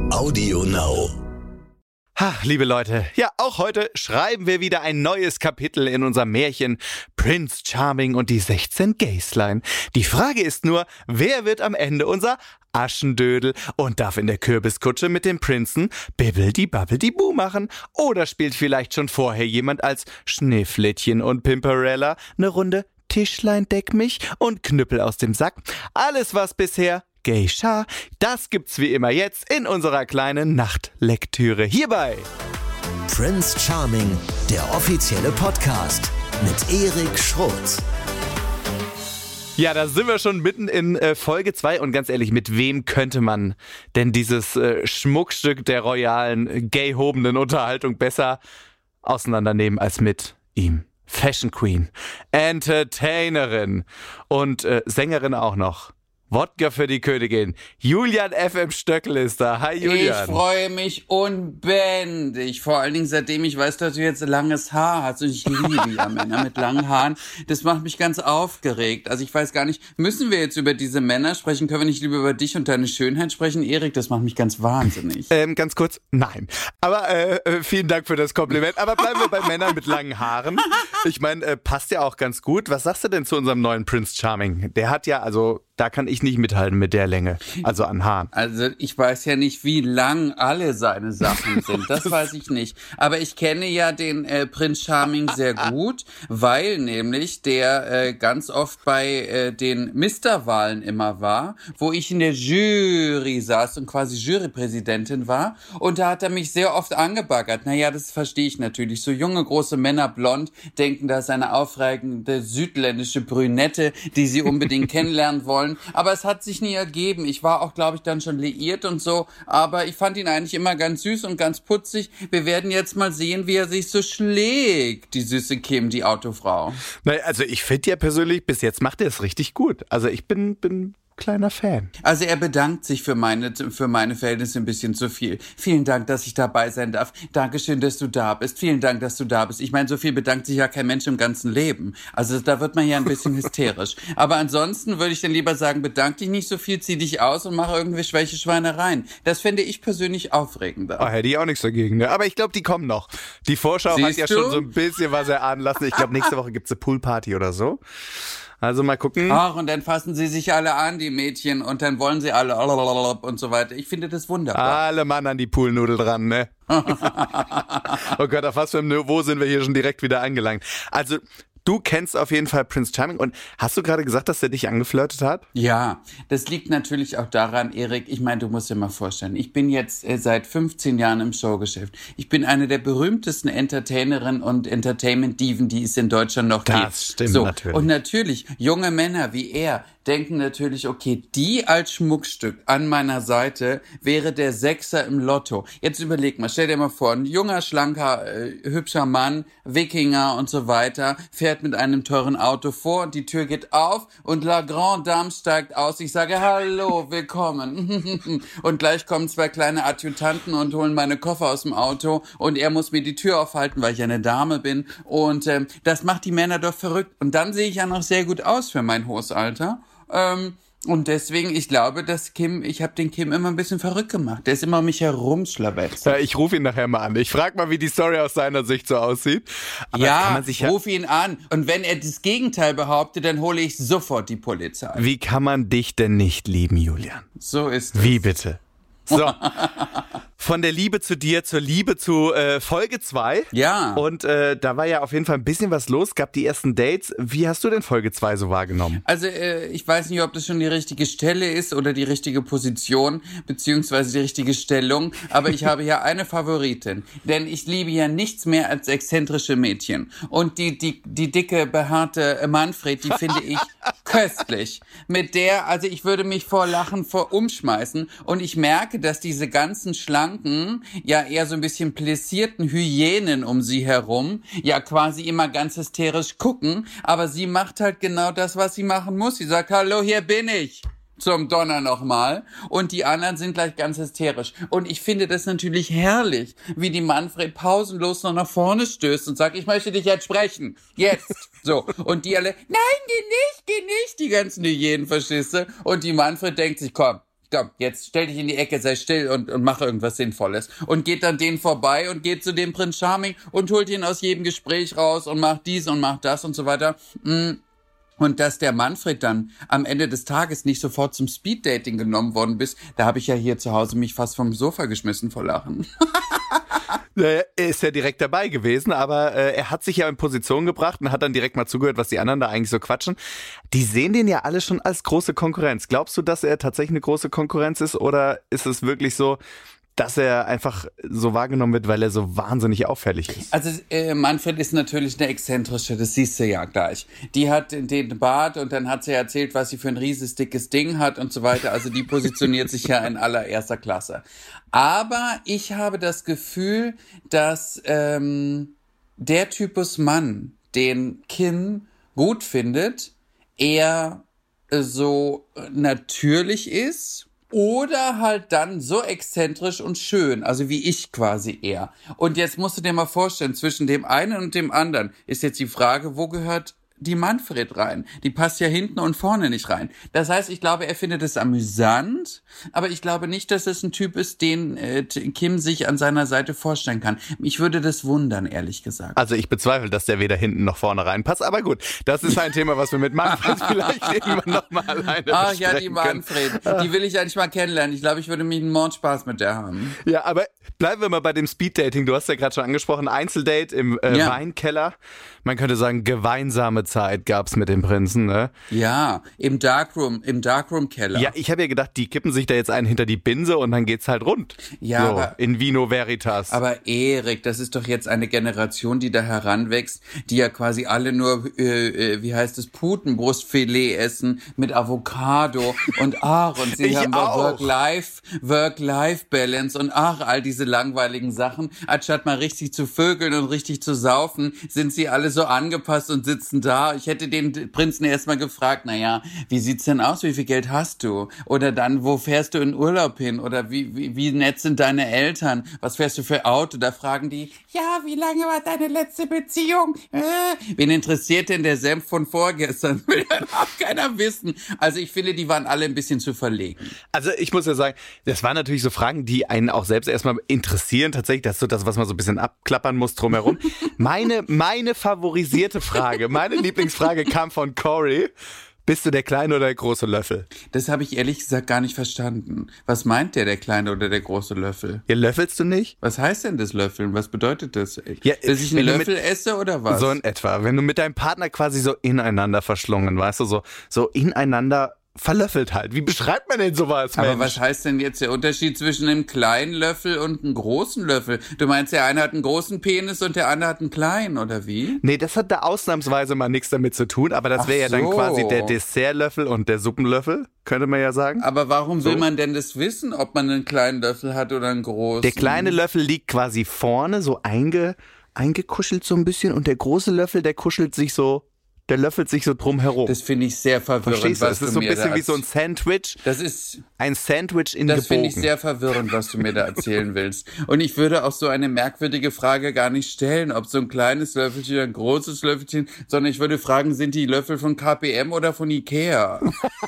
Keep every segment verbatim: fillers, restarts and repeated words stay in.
Audio Now. Ha, liebe Leute, ja, auch heute schreiben wir wieder ein neues Kapitel in unserem Märchen Prince Charming und die sechzehn Gäslein. Die Frage ist nur, wer wird am Ende unser Aschendödel und darf in der Kürbiskutsche mit dem Prinzen Bibbidi-Babbidi-Bu machen? Oder spielt vielleicht schon vorher jemand als Schneeflittchen und Pimperella eine Runde Tischlein deck mich und Knüppel aus dem Sack? Alles, was bisher geschah, das gibt's wie immer jetzt in unserer kleinen Nachtlektüre hierbei Prince Charming, der offizielle Podcast mit Erik Schrotz. Ja, da sind wir schon mitten in äh, Folge zwei und ganz ehrlich, mit wem könnte man denn dieses äh, Schmuckstück der royalen, gay-hobenden Unterhaltung besser auseinandernehmen als mit ihm? Fashion Queen, Entertainerin und äh, Sängerin auch noch. Wodka für die Königin. Julian F M. Stöckl ist da. Hi Julian. Ich freue mich unbändig. Vor allen Dingen, seitdem ich weiß, dass du jetzt langes Haar hast. Und ich liebe ja Männer mit langen Haaren. Das macht mich ganz aufgeregt. Also ich weiß gar nicht, müssen wir jetzt über diese Männer sprechen? Können wir nicht lieber über dich und deine Schönheit sprechen? Erik, das macht mich ganz wahnsinnig. Ähm, ganz kurz, nein. Aber äh, vielen Dank für das Kompliment. Aber bleiben wir bei Männern mit langen Haaren. Ich meine, äh, passt ja auch ganz gut. Was sagst du denn zu unserem neuen Prince Charming? Der hat ja, also da kann ich nicht mithalten mit der Länge, also an Haaren. Also ich weiß ja nicht, wie lang alle seine Sachen sind, das weiß ich nicht. Aber ich kenne ja den äh, Prince Charming sehr gut, weil nämlich der äh, ganz oft bei äh, den Mister-Wahlen immer war, wo ich in der Jury saß und quasi Jurypräsidentin war. Und da hat er mich sehr oft angebaggert. Naja, das verstehe ich natürlich. So junge, große Männer, blond, denken, da ist eine aufregende südländische Brünette, die sie unbedingt kennenlernen wollen. Aber es hat sich nie ergeben. Ich war auch, glaube ich, dann schon liiert und so. Aber ich fand ihn eigentlich immer ganz süß und ganz putzig. Wir werden jetzt mal sehen, wie er sich so schlägt, die süße Kim, die Autofrau. Naja, also ich finde ja persönlich, bis jetzt macht er es richtig gut. Also ich bin... bin kleiner Fan. Also er bedankt sich für meine, für meine Verhältnisse ein bisschen zu viel. Vielen Dank, dass ich dabei sein darf. Dankeschön, dass du da bist. Vielen Dank, dass du da bist. Ich meine, so viel bedankt sich ja kein Mensch im ganzen Leben. Also da wird man ja ein bisschen hysterisch. Aber ansonsten würde ich dann lieber sagen, bedank dich nicht so viel, zieh dich aus und mach irgendwelche welche Schweinereien. Das fände ich persönlich aufregender. Oh, hätte ich auch nichts dagegen, ne? Aber ich glaube, die kommen noch. Die Vorschau Siehst hat ja du? schon so ein bisschen was erahnen lassen. Ich glaube, nächste Woche gibt's eine Poolparty oder so. Also mal gucken. Ach, und dann fassen sie sich alle an, die Mädchen, und dann wollen sie alle und so weiter. Ich finde das wunderbar. Alle Mann an die Poolnudel dran, ne? Oh Gott, auf was für einem Niveau sind wir hier schon direkt wieder angelangt. Also, du kennst auf jeden Fall Prince Charming und hast du gerade gesagt, dass der dich angeflirtet hat? Ja, das liegt natürlich auch daran, Erik, ich meine, du musst dir mal vorstellen, ich bin jetzt äh, seit fünfzehn Jahren im Showgeschäft. Ich bin eine der berühmtesten Entertainerinnen und Entertainment-Diven, die es in Deutschland noch gibt. Das stimmt so, natürlich. Und natürlich, junge Männer wie er denken natürlich, okay, die als Schmuckstück an meiner Seite wäre der Sechser im Lotto. Jetzt überleg mal, stell dir mal vor, ein junger, schlanker, äh, hübscher Mann, Wikinger und so weiter, fährt mit einem teuren Auto vor, die Tür geht auf und La Grande Dame steigt aus. Ich sage, hallo, willkommen. Und gleich kommen zwei kleine Adjutanten und holen meine Koffer aus dem Auto und er muss mir die Tür aufhalten, weil ich eine Dame bin. Und ähm, das macht die Männer doch verrückt. Und dann sehe ich ja noch sehr gut aus für mein hohes Alter. Ähm, und deswegen, ich glaube, dass Kim, ich habe den Kim immer ein bisschen verrückt gemacht. Der ist immer um mich herumschlawetzt. Ja, ich rufe ihn nachher mal an. Ich frage mal, wie die Story aus seiner Sicht so aussieht. Aber ja, kann man sich ja, ruf ihn an. Und wenn er das Gegenteil behauptet, dann hole ich sofort die Polizei. wie kann man dich denn nicht lieben, Julian? So ist es. Wie bitte? So. Von der Liebe zu dir zur Liebe zu äh, Folge zwei. Ja. Und äh, da war ja auf jeden Fall ein bisschen was los, gab die ersten Dates. Wie hast du denn Folge zwei so wahrgenommen? Also äh, ich weiß nicht, ob das schon die richtige Stelle ist oder die richtige Position, beziehungsweise die richtige Stellung, aber ich habe ja eine Favoritin, denn ich liebe ja nichts mehr als exzentrische Mädchen. Und die, die, die dicke, behaarte Manfred, die finde ich köstlich. Mit der, also ich würde mich vor Lachen vor umschmeißen und ich merke, dass diese ganzen Schlangen ja eher so ein bisschen plissierten Hyänen um sie herum, ja quasi immer ganz hysterisch gucken, aber sie macht halt genau das, was sie machen muss. Sie sagt, hallo, hier bin ich. Zum Donner nochmal. Und die anderen sind gleich ganz hysterisch. Und ich finde das natürlich herrlich, wie die Manfred pausenlos noch nach vorne stößt und sagt, ich möchte dich jetzt sprechen. Jetzt. So. Und die alle, nein, geh nicht, geh nicht, die ganzen Hyänen, verstehst du? Und die Manfred denkt sich, komm, komm, jetzt stell dich in die Ecke, sei still und, und mach irgendwas Sinnvolles. Und geht dann den vorbei und geht zu dem Prinz Charming und holt ihn aus jedem Gespräch raus und macht dies und macht das und so weiter. Und dass der Manfred dann am Ende des Tages nicht sofort zum Speeddating genommen worden bist, da habe ich ja hier zu Hause mich fast vom Sofa geschmissen vor Lachen. Er ist ja direkt dabei gewesen, aber äh, er hat sich ja in Position gebracht und hat dann direkt mal zugehört, was die anderen da eigentlich so quatschen. Die sehen den ja alle schon als große Konkurrenz. Glaubst du, dass er tatsächlich eine große Konkurrenz ist oder ist es wirklich so, dass er einfach so wahrgenommen wird, weil er so wahnsinnig auffällig ist? Also äh, Manfred ist natürlich eine exzentrische, das siehst du ja gleich. Die hat den Bart und dann hat sie erzählt, was sie für ein rieses dickes Ding hat und so weiter. Also die positioniert sich ja in allererster Klasse. Aber ich habe das Gefühl, dass ähm, der Typus Mann, den Kim gut findet, eher äh, so natürlich ist. Oder halt dann so exzentrisch und schön, also wie ich quasi eher. Und jetzt musst du dir mal vorstellen, zwischen dem einen und dem anderen ist jetzt die Frage, wo gehört die Manfred rein? Die passt ja hinten und vorne nicht rein. Das heißt, ich glaube, er findet es amüsant, aber ich glaube nicht, dass es ein Typ ist, den äh, Kim sich an seiner Seite vorstellen kann. Mich würde das wundern, ehrlich gesagt. Also ich bezweifle, dass der weder hinten noch vorne reinpasst, aber gut, das ist ein Thema, was wir mit Manfred vielleicht irgendwann nochmal alleine Ach besprechen ja, die Manfred, können. die will ich eigentlich mal kennenlernen. Ich glaube, ich würde mich einen Mordspaß mit der haben. Ja, aber bleiben wir mal bei dem Speeddating. Du hast ja gerade schon angesprochen, Einzeldate im äh, Ja. Weinkeller. Man könnte sagen, gemeinsame Zeit gab's mit dem Prinzen, ne? Ja, im Darkroom, im Darkroom-Keller. Ja, ich habe ja gedacht, die kippen sich da jetzt einen hinter die Binse und dann geht's halt rund. Ja, so, aber- in Vino Veritas. Aber Erik, das ist doch jetzt eine Generation, die da heranwächst, die ja quasi alle nur, äh, äh, wie heißt es, Putenbrustfilet essen mit Avocado und ach, und sie Ich haben auch. Work-Life, Work-Life-Balance und ach, all diese langweiligen Sachen. Anstatt mal richtig zu vögeln und richtig zu saufen, sind sie alle so angepasst und sitzen da. Ich hätte den Prinzen erstmal gefragt, naja, wie sieht's denn aus? Wie viel Geld hast du? Oder dann, wo fährst du in Urlaub hin? Oder wie, wie, wie nett sind deine Eltern? Was fährst du für Auto? Da fragen die, ja, wie lange war deine letzte Beziehung? Äh, wen interessiert denn der Senf von vorgestern? Will ja auch keiner wissen. Also ich finde, die waren alle ein bisschen zu verlegen. Also ich muss ja sagen, das waren natürlich so Fragen, die einen auch selbst erstmal interessieren. Tatsächlich, das ist so das, was man so ein bisschen abklappern muss drumherum. Meine, meine favorisierte Frage, meine Lieblingsfrage kam von Corey. Bist du der kleine oder der große Löffel? Das habe ich ehrlich gesagt gar nicht verstanden. Was meint der, der kleine oder der große Löffel? Ja, löffelst du nicht? Was heißt denn das Löffeln? Was bedeutet das? Ja, Dass ich einen wenn du Löffel esse oder was? So in etwa. Wenn du mit deinem Partner quasi so ineinander verschlungen, weißt du, so, so ineinander verlöffelt halt. Wie beschreibt man denn sowas, Aber Mensch? was heißt denn jetzt der Unterschied zwischen einem kleinen Löffel und einem großen Löffel? Du meinst, der eine hat einen großen Penis und der andere hat einen kleinen, oder wie? Nee, das hat da ausnahmsweise mal nichts damit zu tun, aber das Ach wäre ja dann so. quasi der Dessertlöffel und der Suppenlöffel, könnte man ja sagen. Aber warum will So. man denn das wissen, ob man einen kleinen Löffel hat oder einen großen? Der kleine Löffel liegt quasi vorne, so einge, eingekuschelt so ein bisschen und der große Löffel, der kuschelt sich so, der löffelt sich so drum herum. Das finde ich sehr verwirrend, Verstehst du? was Es ist du so ein mir bisschen da wie so ein erz- Sandwich. Das ist... Ein Sandwich in Das finde gebogen. ich sehr verwirrend, was du mir da erzählen willst. Und ich würde auch so eine merkwürdige Frage gar nicht stellen, ob so ein kleines Löffelchen oder ein großes Löffelchen, sondern ich würde fragen, sind die Löffel von K P M oder von Ikea?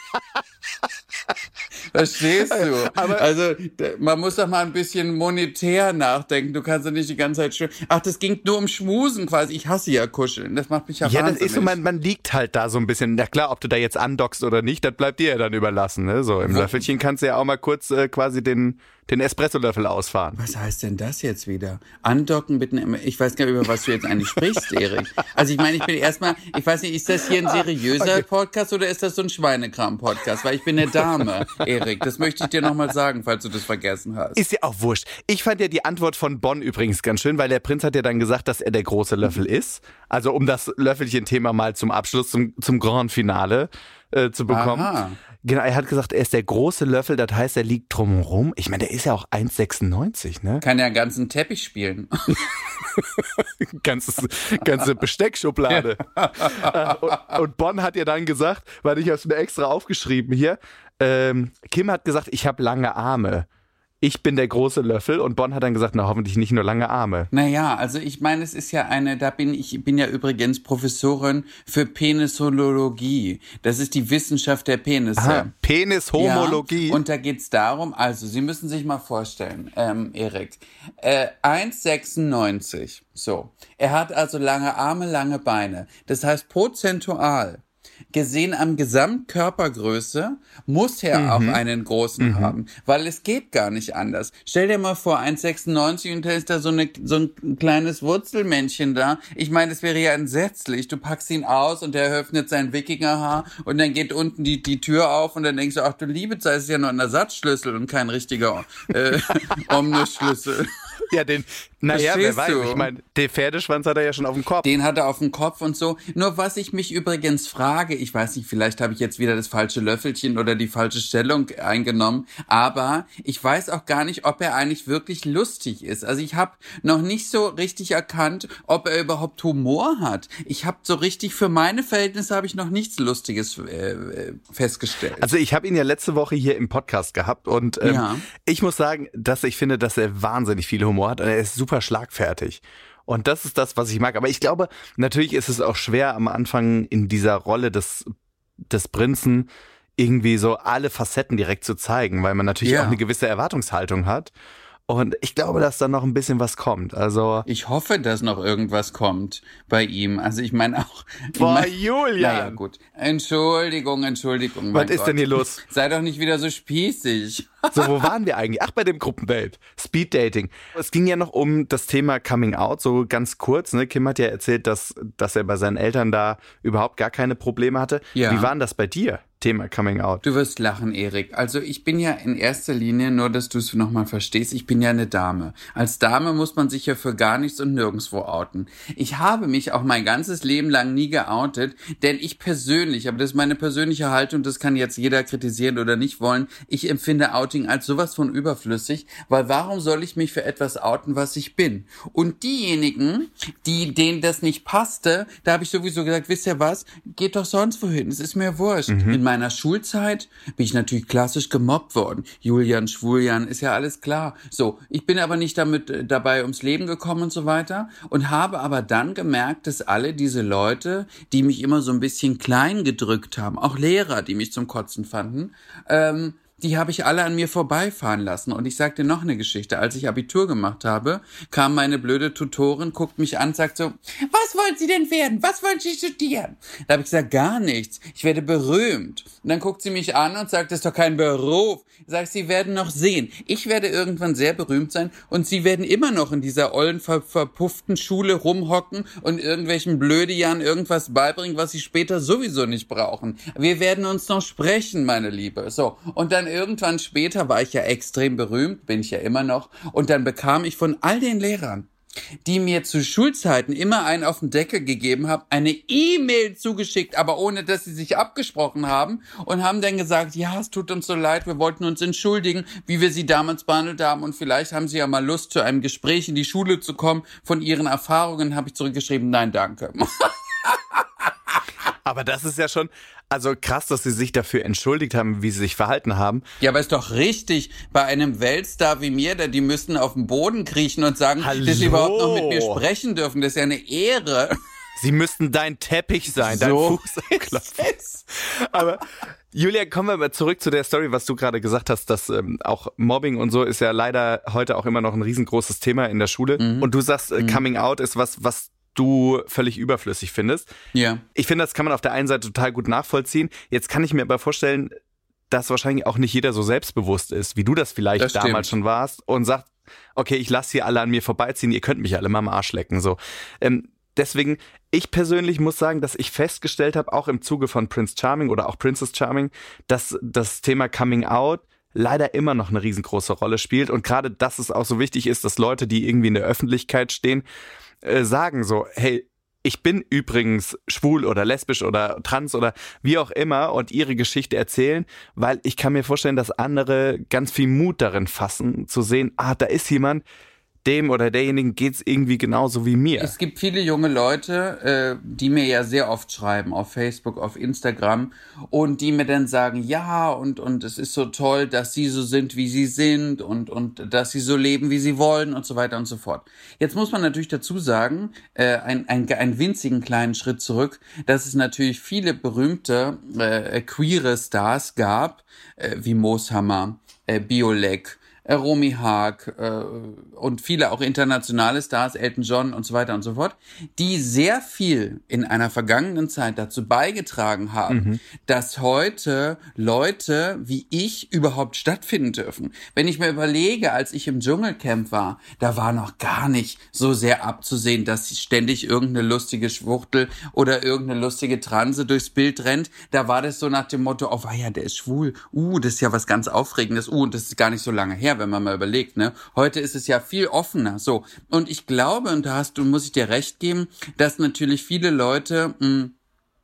Verstehst du? Aber- also d- man muss doch mal ein bisschen monetär nachdenken. Du kannst doch nicht die ganze Zeit schön... Ach, das ging nur um Schmusen quasi. Ich hasse ja Kuscheln. Das macht mich ja, Ja, das wahnsinnig. ist so, man, man liegt halt da so ein bisschen. Na klar, ob du da jetzt andockst oder nicht, das bleibt dir ja dann überlassen. Ne? So im Wo- Löffelchen kannst du ja auch mal kurz äh, quasi den, den Espresso-Löffel ausfahren. Was heißt denn das jetzt wieder? Andocken mit einem, ich weiß gar nicht, über was du jetzt eigentlich sprichst, Erik. Also ich meine, ich bin erstmal, ich weiß nicht, ist das hier ein seriöser Okay. Podcast oder ist das so ein Schweinekram-Podcast? Weil ich bin eine Dame, Erik. Das möchte ich dir nochmal sagen, falls du das vergessen hast. Ist ja auch wurscht. Ich fand ja die Antwort von Bonn übrigens ganz schön, weil der Prinz hat ja dann gesagt, dass er der große Löffel ist. Also um das Löffelchen-Thema mal zum Abschluss, zum, zum Grand Finale äh, zu bekommen. Aha. Genau, er hat gesagt, er ist der große Löffel, das heißt, er liegt drumherum. Ich meine, der ist ja auch eins Komma sechsundneunzig, ne? Kann ja einen ganzen Teppich spielen. Ganzes, ganze Besteckschublade. Äh, und, und Bonn hat ja dann gesagt, weil ich habe es mir extra aufgeschrieben hier, ähm, Kim hat gesagt, ich habe lange Arme. ich bin der große Löffel und Bonn hat dann gesagt, na hoffentlich nicht nur lange Arme. Naja, also ich meine, es ist ja eine, da bin ich, ich bin ja übrigens Professorin für Penisologie. Das ist die Wissenschaft der Penisse. Aha, Penishomologie. Ja, und da geht's darum, also Sie müssen sich mal vorstellen, ähm, Erik, äh, eins Komma sechsundneunzig, so. Er hat also lange Arme, lange Beine. Das heißt, prozentual gesehen am Gesamtkörpergröße muss er mhm. auch einen großen mhm. haben, weil es geht gar nicht anders. Stell dir mal vor, eins Komma sechsundneunzig und da ist da so, eine, so ein kleines Wurzelmännchen da. Ich meine, das wäre ja entsetzlich. Du packst ihn aus und der öffnet sein Wikingerhaar und dann geht unten die, die Tür auf und dann denkst du, ach du liebe Zeit, es ist ja nur ein Ersatzschlüssel und kein richtiger äh, Omnischlüssel. Ja, den, naja, wer weiß, du? ich meine, den Pferdeschwanz hat er ja schon auf dem Kopf. Den hat er auf dem Kopf und so. Nur was ich mich übrigens frage, ich weiß nicht, vielleicht habe ich jetzt wieder das falsche Löffelchen oder die falsche Stellung eingenommen, aber ich weiß auch gar nicht, ob er eigentlich wirklich lustig ist. Also ich habe noch nicht so richtig erkannt, ob er überhaupt Humor hat. Ich habe so richtig, für meine Verhältnisse habe ich noch nichts Lustiges äh, festgestellt. Also ich habe ihn ja letzte Woche hier im Podcast gehabt und ähm, ja. ich muss sagen, dass ich finde, dass er wahnsinnig viel Humor hat und er ist super schlagfertig. Und das ist das, was ich mag. Aber ich glaube, natürlich ist es auch schwer am Anfang in dieser Rolle des, des Prinzen irgendwie so alle Facetten direkt zu zeigen, weil man natürlich ja. auch eine gewisse Erwartungshaltung hat. Und ich glaube, dass da noch ein bisschen was kommt. Also ich hoffe, dass noch irgendwas kommt bei ihm. Also ich meine auch... Boah, ich mein, Julian! Naja, gut. Entschuldigung, Entschuldigung. Was ist Gott. denn hier los? Sei doch nicht wieder so spießig. So, wo waren wir eigentlich? Ach, bei dem Gruppendate. Speeddating. Es ging ja noch um das Thema Coming Out, so ganz kurz. Ne? Kim hat ja erzählt, dass, dass er bei seinen Eltern da überhaupt gar keine Probleme hatte. Ja. Wie war denn das bei dir? Thema Coming Out. Du wirst lachen, Erik. Also ich bin ja in erster Linie, nur dass du es nochmal verstehst, ich bin ja eine Dame. Als Dame muss man sich ja für gar nichts und nirgendwo outen. Ich habe mich auch mein ganzes Leben lang nie geoutet, denn ich persönlich, aber das ist meine persönliche Haltung, das kann jetzt jeder kritisieren oder nicht wollen, ich empfinde Outing als sowas von überflüssig, weil warum soll ich mich für etwas outen, was ich bin? Und diejenigen, die denen das nicht passte, da habe ich sowieso gesagt, wisst ihr was, geht doch sonst wohin, es ist mir wurscht. Mhm. In meiner Schulzeit bin ich natürlich klassisch gemobbt worden. Julian, Schwuljan, ist ja alles klar. So, ich bin aber nicht damit äh, dabei ums Leben gekommen und so weiter und habe aber dann gemerkt, dass alle diese Leute, die mich immer so ein bisschen klein gedrückt haben, auch Lehrer, die mich zum Kotzen fanden, ähm, die habe ich alle an mir vorbeifahren lassen. Und ich sag dir noch eine Geschichte. Als ich Abitur gemacht habe, kam meine blöde Tutorin, guckt mich an, sagt so, was wollen Sie denn werden? Was wollen Sie studieren? Da habe ich gesagt, gar nichts. Ich werde berühmt. Und dann guckt sie mich an und sagt, das ist doch kein Beruf. Sag ich, Sie werden noch sehen. Ich werde irgendwann sehr berühmt sein und Sie werden immer noch in dieser ollen, ver- verpufften Schule rumhocken und irgendwelchen Blödian irgendwas beibringen, was Sie später sowieso nicht brauchen. Wir werden uns noch sprechen, meine Liebe. So. Und dann irgendwann später war ich ja extrem berühmt, bin ich ja immer noch, und dann bekam ich von all den Lehrern, die mir zu Schulzeiten immer einen auf den Deckel gegeben haben, eine E-Mail zugeschickt, aber ohne, dass sie sich abgesprochen haben und haben dann gesagt, ja, es tut uns so leid, wir wollten uns entschuldigen, wie wir sie damals behandelt haben und vielleicht haben sie ja mal Lust, zu einem Gespräch in die Schule zu kommen. Von ihren Erfahrungen habe ich zurückgeschrieben, nein, danke. Aber das ist ja schon, also krass, dass sie sich dafür entschuldigt haben, wie sie sich verhalten haben. Ja, aber ist doch richtig, bei einem Weltstar wie mir, da die müssten auf den Boden kriechen und sagen, Hallo. dass sie überhaupt noch mit mir sprechen dürfen. Das ist ja eine Ehre. Sie müssten dein Teppich sein, dein So Fuß abklopfen. Aber Julia, kommen wir mal zurück zu der Story, was du gerade gesagt hast, dass ähm, auch Mobbing und so ist ja leider heute auch immer noch ein riesengroßes Thema in der Schule. Mhm. Und du sagst, äh, Coming Out ist was, was du völlig überflüssig findest. Ja. Ich finde, das kann man auf der einen Seite total gut nachvollziehen. Jetzt kann ich mir aber vorstellen, dass wahrscheinlich auch nicht jeder so selbstbewusst ist, wie du das vielleicht Das damals stimmt. schon warst und sagt, okay, ich lasse hier alle an mir vorbeiziehen, ihr könnt mich alle mal am Arsch lecken. So. Ähm, deswegen, ich persönlich muss sagen, dass ich festgestellt habe, auch im Zuge von Prince Charming oder auch Princess Charming, dass das Thema Coming Out leider immer noch eine riesengroße Rolle spielt und gerade, dass es auch so wichtig ist, dass Leute, die irgendwie in der Öffentlichkeit stehen, äh, sagen so, hey, ich bin übrigens schwul oder lesbisch oder trans oder wie auch immer und ihre Geschichte erzählen, weil ich kann mir vorstellen, dass andere ganz viel Mut darin fassen, zu sehen, ah, da ist jemand, dem oder derjenigen geht's irgendwie genauso wie mir. Es gibt viele junge Leute, äh, die mir ja sehr oft schreiben, auf Facebook, auf Instagram, und die mir dann sagen, ja, und und es ist so toll, dass sie so sind, wie sie sind, und und dass sie so leben, wie sie wollen, und so weiter und so fort. Jetzt muss man natürlich dazu sagen, äh, ein, ein, einen winzigen kleinen Schritt zurück, dass es natürlich viele berühmte äh, queere Stars gab, äh, wie Mooshammer, äh, Biolek, Romy Haag äh, und viele auch internationale Stars, Elton John und so weiter und so fort, die sehr viel in einer vergangenen Zeit dazu beigetragen haben, mhm. dass heute Leute wie ich überhaupt stattfinden dürfen. Wenn ich mir überlege, als ich im Dschungelcamp war, da war noch gar nicht so sehr abzusehen, dass ständig irgendeine lustige Schwuchtel oder irgendeine lustige Transe durchs Bild rennt. Da war das so nach dem Motto, oh ja, der ist schwul, uh, das ist ja was ganz Aufregendes, uh, und das ist gar nicht so lange her, wenn man mal überlegt, ne? Heute ist es ja viel offener, so. Und ich glaube, und da hast du, muss ich dir recht geben, dass natürlich viele Leute mh,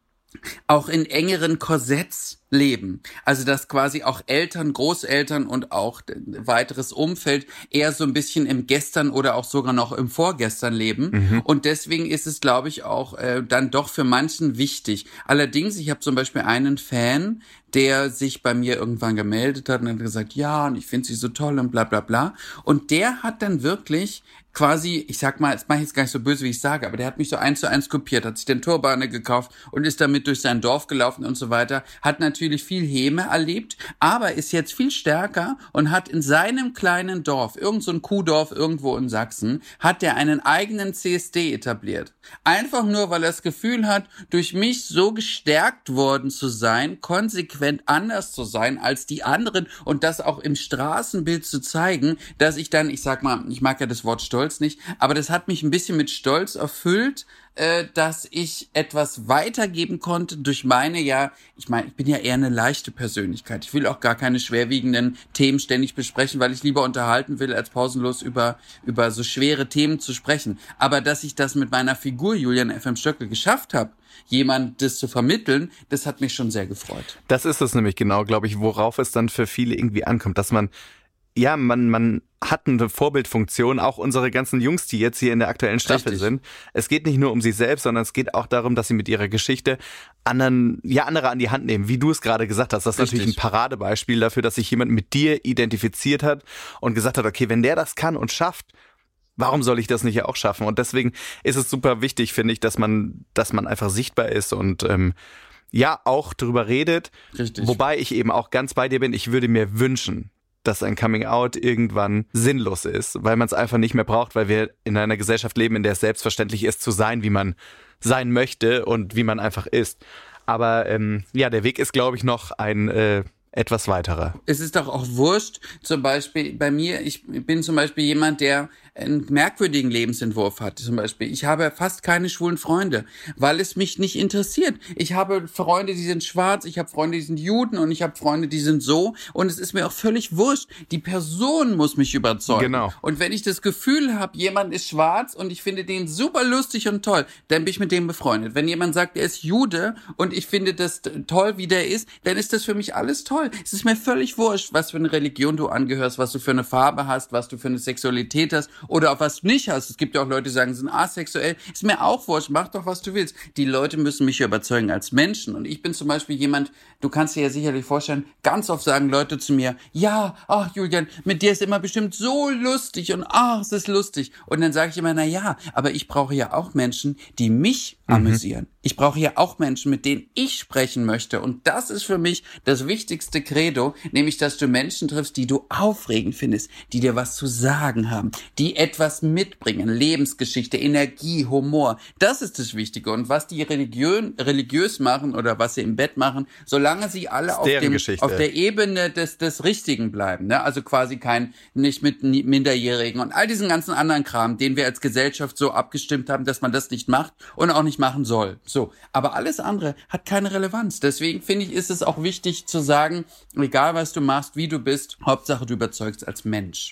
auch in engeren Korsetts leben. Also dass quasi auch Eltern, Großeltern und auch weiteres Umfeld eher so ein bisschen im Gestern oder auch sogar noch im Vorgestern leben. Mhm. Und deswegen ist es, glaube ich, auch äh, dann doch für manchen wichtig. Allerdings, ich habe zum Beispiel einen Fan, der sich bei mir irgendwann gemeldet hat und hat gesagt, ja, und ich finde sie so toll und bla bla bla. Und der hat dann wirklich quasi, ich sag mal, jetzt mache ich jetzt gar nicht so böse, wie ich sage, aber der hat mich so eins zu eins kopiert, hat sich den Turban gekauft und ist damit durch sein Dorf gelaufen und so weiter, hat natürlich viel Häme erlebt, aber ist jetzt viel stärker und hat in seinem kleinen Dorf, irgend so ein Kuhdorf irgendwo in Sachsen, hat der einen eigenen C S D etabliert. Einfach nur, weil er das Gefühl hat, durch mich so gestärkt worden zu sein, konsequent anders zu sein als die anderen und das auch im Straßenbild zu zeigen, dass ich dann, ich sag mal, ich mag ja das Wort Stolz nicht, aber das hat mich ein bisschen mit Stolz erfüllt, äh, dass ich etwas weitergeben konnte durch meine, ja, ich meine, ich bin ja eher eine leichte Persönlichkeit. Ich will auch gar keine schwerwiegenden Themen ständig besprechen, weil ich lieber unterhalten will, als pausenlos über über so schwere Themen zu sprechen. Aber dass ich das mit meiner Figur Julian F M. Stöckl geschafft habe, jemand das zu vermitteln, das hat mich schon sehr gefreut. Das ist es nämlich genau, glaube ich, worauf es dann für viele irgendwie ankommt, dass man Ja, man man hat eine Vorbildfunktion, auch unsere ganzen Jungs, die jetzt hier in der aktuellen Staffel Richtig. sind. Es geht nicht nur um sie selbst, sondern es geht auch darum, dass sie mit ihrer Geschichte anderen, ja, andere an die Hand nehmen, wie du es gerade gesagt hast. Das ist Richtig. natürlich ein Paradebeispiel dafür, dass sich jemand mit dir identifiziert hat und gesagt hat, okay, wenn der das kann und schafft, warum soll ich das nicht auch schaffen? Und deswegen ist es super wichtig, finde ich, dass man, dass man einfach sichtbar ist und ähm, ja, auch drüber redet. Richtig. Wobei ich eben auch ganz bei dir bin, ich würde mir wünschen, dass ein Coming-out irgendwann sinnlos ist, weil man es einfach nicht mehr braucht, weil wir in einer Gesellschaft leben, in der es selbstverständlich ist, zu sein, wie man sein möchte und wie man einfach ist. Aber ähm, ja, der Weg ist, glaube ich, noch ein äh, etwas weiterer. Es ist doch auch wurscht, zum Beispiel bei mir, ich bin zum Beispiel jemand, der einen merkwürdigen Lebensentwurf hat. Zum Beispiel, ich habe fast keine schwulen Freunde, weil es mich nicht interessiert. Ich habe Freunde, die sind schwarz, ich habe Freunde, die sind Juden und ich habe Freunde, die sind so und es ist mir auch völlig wurscht. Die Person muss mich überzeugen. Genau. Und wenn ich das Gefühl habe, jemand ist schwarz und ich finde den super lustig und toll, dann bin ich mit dem befreundet. Wenn jemand sagt, er ist Jude und ich finde das toll, wie der ist, dann ist das für mich alles toll. Es ist mir völlig wurscht, was für eine Religion du angehörst, was du für eine Farbe hast, was du für eine Sexualität hast oder auch was du nicht hast. Es gibt ja auch Leute, die sagen, sie sind asexuell. Ist mir auch wurscht, mach doch, was du willst. Die Leute müssen mich überzeugen als Menschen. Und ich bin zum Beispiel jemand, du kannst dir ja sicherlich vorstellen, ganz oft sagen Leute zu mir, ja, ach Julian, mit dir ist immer bestimmt so lustig und ach, es ist lustig. Und dann sage ich immer, na ja, aber ich brauche ja auch Menschen, die mich mhm. amüsieren. Ich brauche ja auch Menschen, mit denen ich sprechen möchte. Und das ist für mich das wichtigste Credo, nämlich, dass du Menschen triffst, die du aufregend findest, die dir was zu sagen haben, die etwas mitbringen, Lebensgeschichte, Energie, Humor. Das ist das Wichtige. Und was die Religion, religiös machen oder was sie im Bett machen, solange sie alle auf, dem, auf der Ebene des, des Richtigen bleiben, ne? Also quasi kein, nicht mit Minderjährigen und all diesen ganzen anderen Kram, den wir als Gesellschaft so abgestimmt haben, dass man das nicht macht und auch nicht machen soll. So. Aber alles andere hat keine Relevanz. Deswegen finde ich, ist es auch wichtig zu sagen, egal was du machst, wie du bist, Hauptsache du überzeugst als Mensch.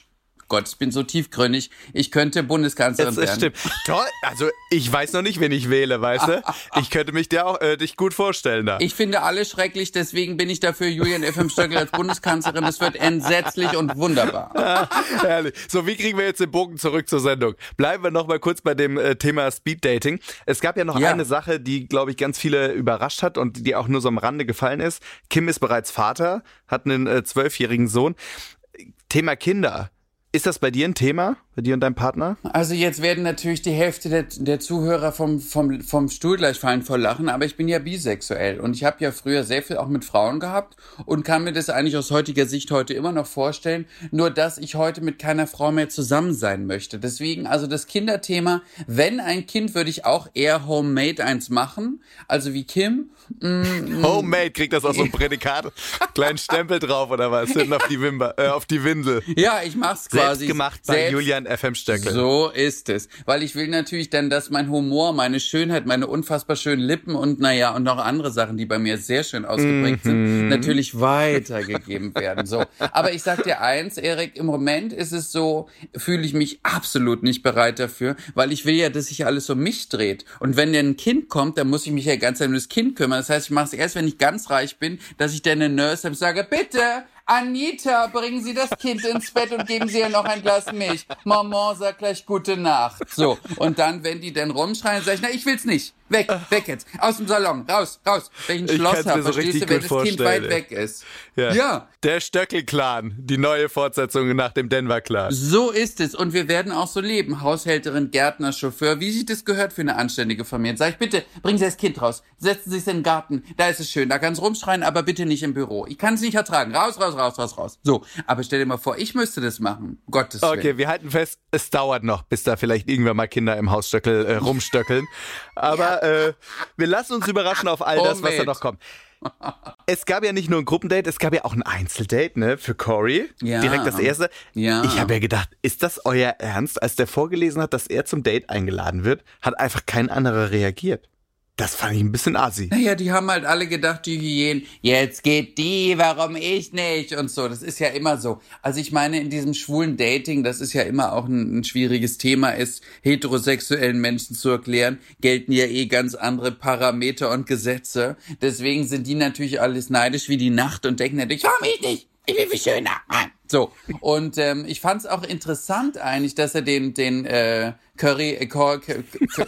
Gott, ich bin so tiefgründig, ich könnte Bundeskanzlerin Das, das werden. stimmt. Toll. Also ich weiß noch nicht, wen ich wähle, weißt du? Ich könnte mich dir auch äh, dich gut vorstellen da. Ich finde alle schrecklich, deswegen bin ich dafür Julian F M. Stöckl als Bundeskanzlerin. Das wird entsetzlich und wunderbar. Ja, herrlich. So, wie kriegen wir jetzt den Bogen zurück zur Sendung? Bleiben wir noch mal kurz bei dem äh, Thema Speeddating. Es gab ja noch Ja. eine Sache, die, glaube ich, ganz viele überrascht hat und die auch nur so am Rande gefallen ist. Kim ist bereits Vater, hat einen äh, zwölfjährigen Sohn. Thema Kinder. Ist das bei dir ein Thema? Bei dir und deinem Partner? Also jetzt werden natürlich die Hälfte der, der Zuhörer vom, vom, vom Stuhl gleich fallen vor Lachen, aber ich bin ja bisexuell und ich habe ja früher sehr viel auch mit Frauen gehabt und kann mir das eigentlich aus heutiger Sicht heute immer noch vorstellen, nur dass ich heute mit keiner Frau mehr zusammen sein möchte. Deswegen also das Kinderthema, wenn ein Kind, würde ich auch eher homemade eins machen, also wie Kim. Mm, Homemade, kriegt das auch so ein Prädikat? Kleinen Stempel drauf oder was? Hinten auf die Wimper, äh, auf die Windel. Ja, ich mach's quasi. Selbst gemacht bei selbst. Julian F M. Stöckl. So ist es. Weil ich will natürlich dann, dass mein Humor, meine Schönheit, meine unfassbar schönen Lippen und naja, und noch andere Sachen, die bei mir sehr schön ausgeprägt sind, natürlich weitergegeben werden. So. Aber ich sag dir eins, Erik, im Moment ist es so, fühle ich mich absolut nicht bereit dafür, weil ich will ja, dass sich alles um mich dreht. Und wenn dann ein Kind kommt, dann muss ich mich ja ganz um das Kind kümmern. Das heißt, ich mache es erst, wenn ich ganz reich bin, dass ich dann eine Nurse habe und sage, bitte, Anita, bringen Sie das Kind ins Bett und geben Sie ihr noch ein Glas Milch. Maman sagt gleich gute Nacht. So, und dann, wenn die dann rumschreien, sage ich, na, ich will's nicht. Weg, weg jetzt. Aus dem Salon, raus, raus. Wenn ich ein Ich Schloss kann's mir habe, so verstehst richtig du, wenn gut das Kind vorstellen, weit ey. weg ist. Ja. Ja. Der Stöckl-Clan, die neue Fortsetzung nach dem Denver-Clan. So ist es. Und wir werden auch so leben. Haushälterin, Gärtner, Chauffeur. Wie sich das gehört für eine anständige Familie. Sag ich, bitte, bringen Sie das Kind raus. Setzen Sie es in den Garten. Da ist es schön. Da kann es rumschreien, aber bitte nicht im Büro. Ich kann es nicht ertragen. Raus, raus, raus, raus, raus. So. Aber stell dir mal vor, ich müsste das machen. Um Gottes Willen. Okay, wir halten fest, es dauert noch, bis da vielleicht irgendwann mal Kinder im Hausstöckel äh, rumstöckeln. Aber äh, wir lassen uns überraschen auf all das, was da Homemade. noch kommt. Es gab ja nicht nur ein Gruppendate, es gab ja auch ein Einzeldate, ne, für Cory. Ja. Direkt das erste. Ja. Ich habe ja gedacht, ist das euer Ernst? Als der vorgelesen hat, dass er zum Date eingeladen wird, hat einfach kein anderer reagiert. Das fand ich ein bisschen assi. Naja, die haben halt alle gedacht, die Hyänen, jetzt geht die, warum ich nicht und so. Das ist ja immer so. Also ich meine, in diesem schwulen Dating, das ist ja immer auch ein, ein schwieriges Thema ist, heterosexuellen Menschen zu erklären, gelten ja eh ganz andere Parameter und Gesetze. Deswegen sind die natürlich alles neidisch wie die Nacht und denken natürlich, warum ich nicht? Ich bin viel schöner. So, und ähm, ich fand's auch interessant eigentlich, dass er den, den äh, Curry, äh, Cor, Cor, Cor,